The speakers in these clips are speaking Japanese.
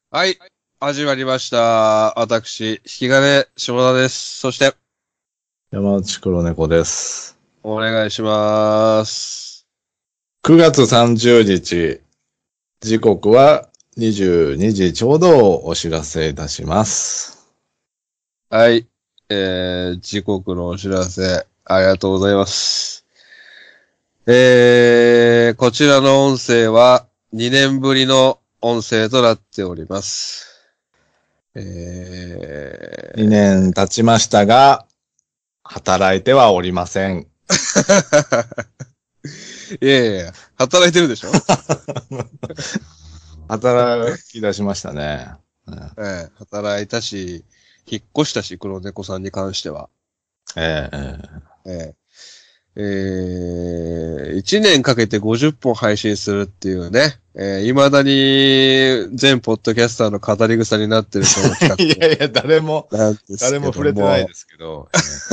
はい。始まりました。私、引き金、下田です。そして、 山内黒猫です。 お願いします。 9月30日、時刻は22時ちょうどをお知らせいたします。 はい。時刻のお知らせ、ありがとうございます。こちらの音声は、2年ぶりの音声となっております。 2年経ちましたが、働いてはおりません。 いやいやいや、働いてるでしょ？ 働き出しましたね。 働いたし、引っ越したし、黒猫さんに関しては。 えええ1年かけて50本配信するっていうね、未だに全ポッドキャスターの語り草になってるこの企いやいや、 画なんです誰もけど触れてないも。 ですけど。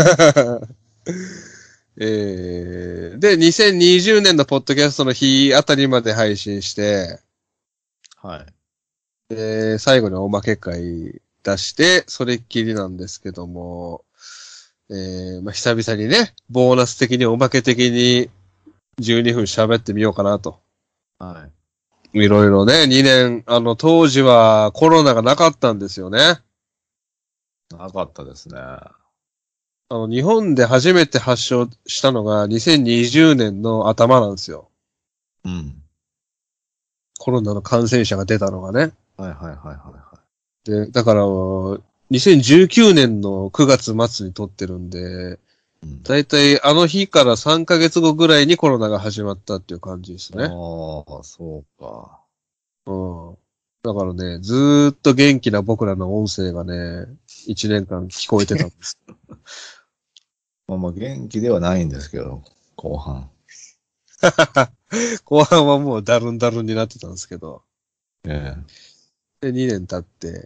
で、2020年のポッドキャストの日あたりまで配信して、 はい。 最後におまけ会出して、それっきりなんですけども、久々にね、ボーナス的におまけ的に12分喋ってみようかなと。 はいろいろね、2年、当時はコロナがなかったんですよね。 い。なかったですね。 日本で初めて発症したのが2020年の頭なんですよ。 うん。 コロナの感染者が出たのがね。 はいはいはいはいはで、だから、2019年の9月末に撮ってるんで、 い。うん。 だいたいあの日から3ヶ月後ぐらいにコロナが始まったっていう感じですあね。 あ、そうか。 うん。だからね、ずーっと元気な僕らの音声がね、1年間聞こえてたんです。 まあ元気ではないんですけど、後半。 後半はもうダルンダルンになってたんですけど。 えで、2年経って、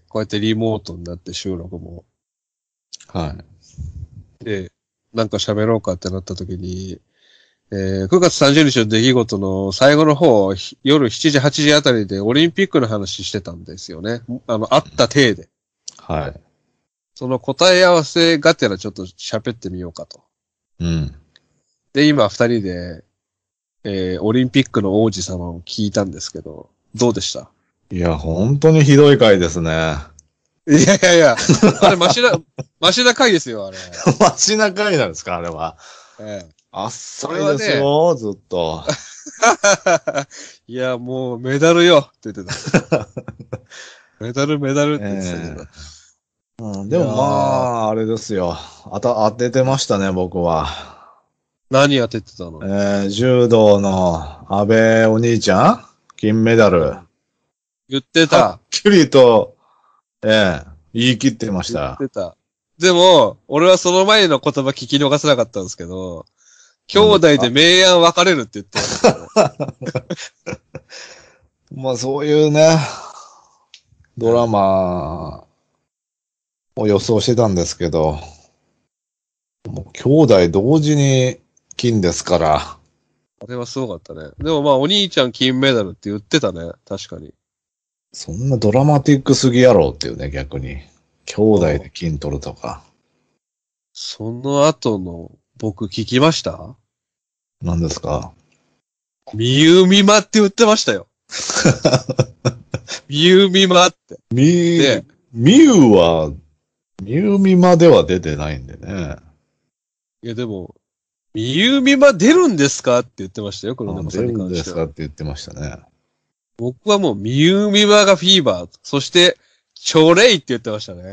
こうやってリモートになって収録も。 はい。 で、なんか喋ろうかってなった時に、9月30日の出来事の最後の方、夜7時、8時あたりでオリンピックの話してたんですよね。会った体で。 はい。 その答え合わせがてらちょっと喋ってみようかと。 うん。 で、今二人で、オリンピックの王子様を聞いたんですけど、どうでした？ いや、本当にひどい回ですね。 いやいやいや、あれマシな回ですよ、あれ。 マシな回なんですか、あれは。 ええ。 あっこれさいですはね、 よ、ずっと。 いや、もうメダルよって言ってた。メダルメダルって言ってたけど。 ええうん、 いやでもまー、 あ、あれですよ。当ててましたね、僕は。 何当ててたの？ 柔道の安倍お兄ちゃん金メダル。 うん。言ってはった。 きりと、言い切ってまし言った。 てた。でも、俺はその前の言葉聞き逃せなかったんですけど、兄何ですか？ 弟で明暗分かれるって言ってましたよ。 まあそういうね、ドラマを予想してたんですけど、もう兄弟同時に金ですから、 あれはすごかったね。でもまあ、お兄ちゃん金メダルって言ってたね。確かに。 そんなドラマティックすぎやろっていうね、逆に。兄弟うん。 で金取るとか。 その後の僕聞きました？ 何ですか？ みゆみまって言ってましたよ。みゆみまって。で、 みゆは、みゆみまでは出てないんでね。 いやでも、みゆみま出るんですかって言ってましたよ、黒猫さんに出るん関しては。 ですかって言ってましたね。 僕はもうみゆみまがフィーバー。そして、チョレイって言ってましたね。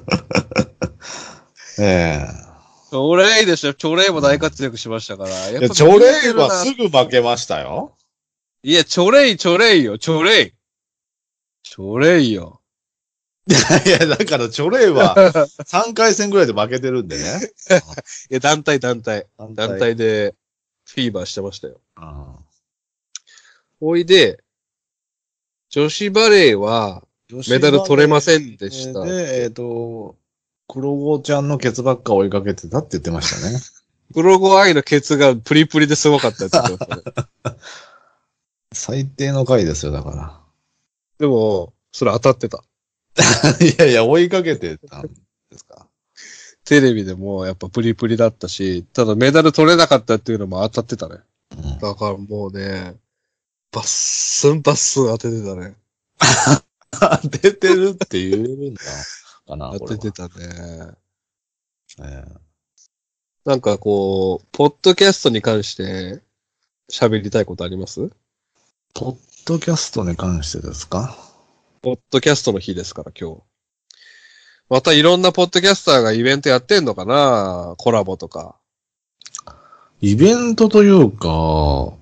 ええ。 チョレイでしょ。チョレイも大活躍しましたから。やいや、 っぱ見えチョレイてるな。 はすぐ負けましたよ。 いや、チョレイ、チョレイよ、チョレイ。チョレイよ。 いや、だからチョレイは3回戦ぐらいで負けてるんでね。 いや、団体。団反対。 体で、フィーバーしてましたよ。 ああおいで、女子バレーは、メダル取れませんでした。 で、黒子ちゃんのケツばっか追いかけてたって言ってましたね。 黒子愛のケツがプリプリですごかったって言ってましたね。 最低の回ですよ、だから。 でも、 それ当たってた。 いやいや、追いかけてたんですか。 テレビでもやっぱプリプリだったし、ただメダル取れなかったっていうのも当たってたね。 うん、 だからもうね、バッスンバッスン当ててたね。 当ててるって言うんだかな、 当ててたね。 これは。 なんかこう、ポッドキャストに関して喋りたいことあります？ ポッドキャストに関してですか？ ポッドキャストの日ですから今日。またいろんなポッドキャスターがイベントやってんのかな？コラボとか。 イベントというか、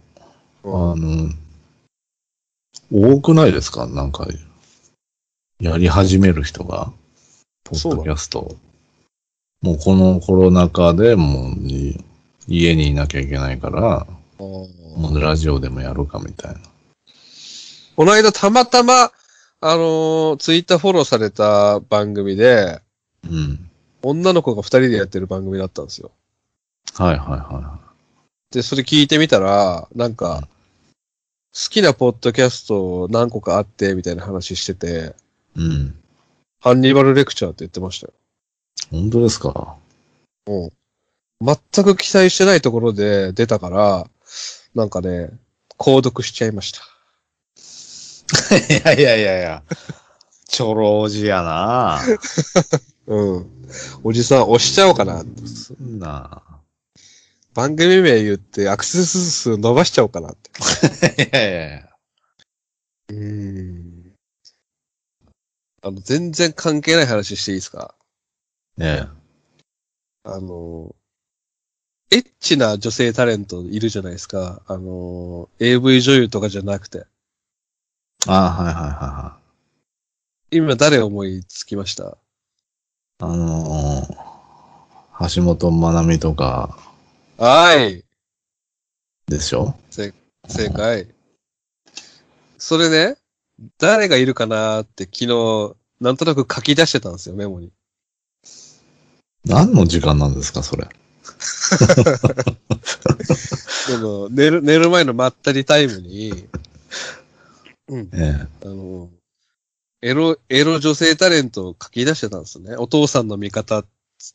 多くないですか？なんか、やり始める人が、ポッドキャスト。もうこのコロナ禍でもう家にいなきゃいけないから、もうラジオでもやるかみたいな。 この間たまたま、ツイッターフォローされた番組で、 うん。 女の子が二人でやってる番組だったんですよ。 はいはいはで、それ聞いてみたら、なんか、好きなポッドキャスト何個かあって、みたいな話してて、 い。うん。 ハンニバルレクチャーって言ってましたよ。 本当ですか？ うん。全く期待してないところで出たから、なんかね、購読しちゃいました。 いやいやいやいや。ちょろおじやな。 うん。おじさん押しちゃおうかな。 すんな。 番組名言ってアクセス数伸ばしちゃおうかなって。 いやいやいや。 全然関係ない話していいですか？ ねエッチな女性タレントいるじゃないですか。AV 女優とかじゃなくて。 あ、はいはいはいはい。 今誰思いつきました？ 橋本まなみとかはい。 でしょ？ 正解。それね、誰がいるかなーって昨日、なんとなく書き出してたんですよ、メモに。 何の時間なんですか、それ。 でも、寝る前のまったりタイムに、 えエロ女性タレントを書き出してたんですね。お父さんの味方っつって。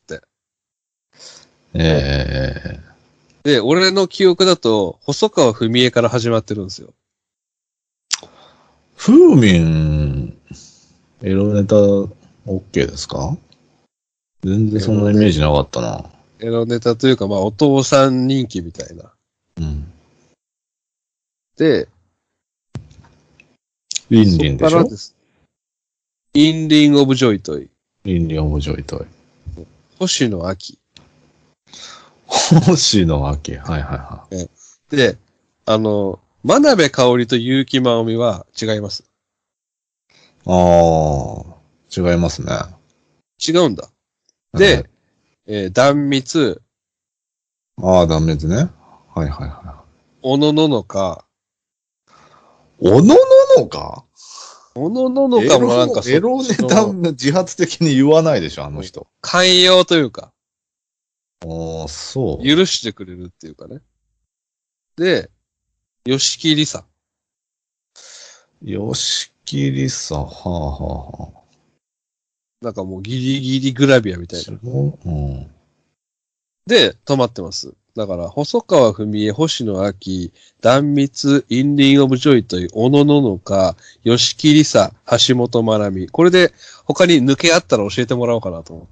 で、俺の記憶だと、細川文江から始まってるんですよ。 ふうみん、エロネタ OK ですか？全然そんなイメージなかったな。 エロネタというか、まあ、お父さん人気みたいな。 うん。 で、 リンリンでしょ？ そっからです。インリン・オブ・ジョイトイ。 リンリンオブジョイトイ。 星野秋。 星野秋。はいはいはで、真鍋かおりと結城まおみは違います。 い。ああ、違いますね。 違うんだ。で、断蜜、 ああ、ダメですね。はいはいはおのののか、 い。おのののか？ おのののかもなんかエロネタ自発的に言わないでしょ、あの人。 寛容というか、 ああ、そう。 許してくれるっていうかね。で、吉木りさ。 吉木りさ、はあはあはあ。 なんかもうギリギリグラビアみたいな。 うん。 で、止まってます。だから、細川文江、星野秋、断蜜、インリン・オブ・ジョイという、おのののか、吉木りさ、橋本まなみ。これで、他に抜けあったら教えてもらおうかなと思って。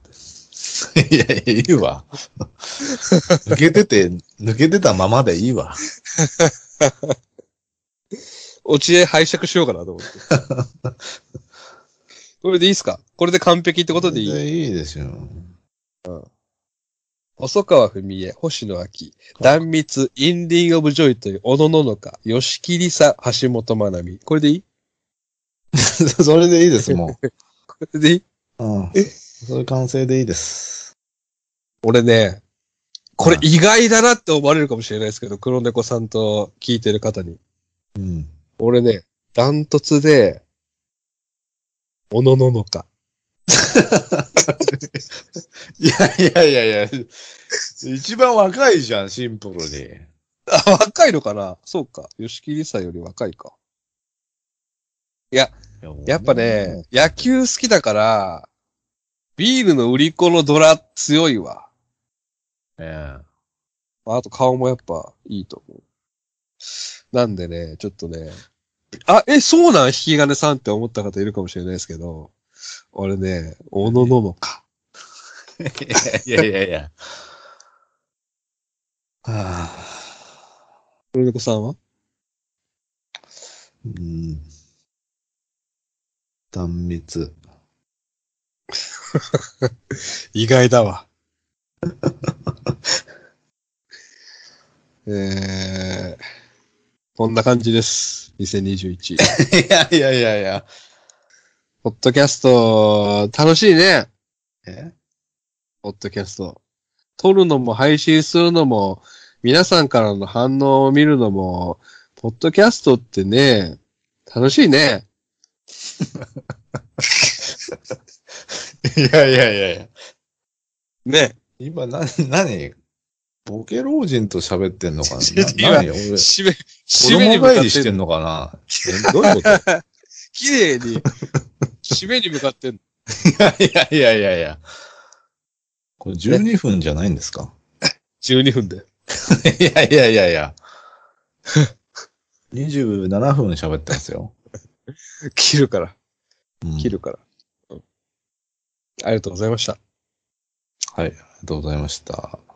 いやいや、いいわ。抜けてたままでいいわ。 落ちへ拝借しようかなと思って。これでいいっすか？これで完璧ってことでいい？ いいですよ。 細川文江、星野秋、断蜜、インリン・オブ・ジョイという、おのののか、吉木りさ、橋本まなみ。これでいい？ それでいいです、もこれでいい？ う。うん。それ完成でいいです。 俺ね、これ意外だなって思われるかもしれないですけど、黒猫さんと聞いてる方に。 うん。 俺ね、ダントツで、おのののか。 いやいやいやいや、一番若いじゃん、シンプルに。 あ、若いのかな？そうか。吉木りさより若いか。いや、 やっぱね、野球好きだから、ビールの売り子のドラ強いわ。 えあと顔もやっぱいいと思う。なんでね、ちょっとね、あ、そうなん引き金さんって思った方いるかもしれないですけど、俺ね、おのののか。 いやいやいや。はあ、 黒猫さんはうん。断蜜。 意外だわ。こんな感じです。2021。 いやいやいやいや。 ポッドキャスト、楽しいね。 えポッドキャスト。撮るのも配信するのも、皆さんからの反応を見るのも、ポッドキャストってね、楽しいね。 いやいやいやいや。 ね。 今何ボケ老人と喋ってんのかな今、 何俺、 締め、 子締めに供向かって帰りしてんのかなどういうこと綺麗に、締めに向かってんの。 いやいやいやいや。これ12分じゃないんですか 12分で。 いやいやいやいや。27分喋ってますよ。 切るから。 うん切るから。うんありがとうございました。 はい、ありがとうございました。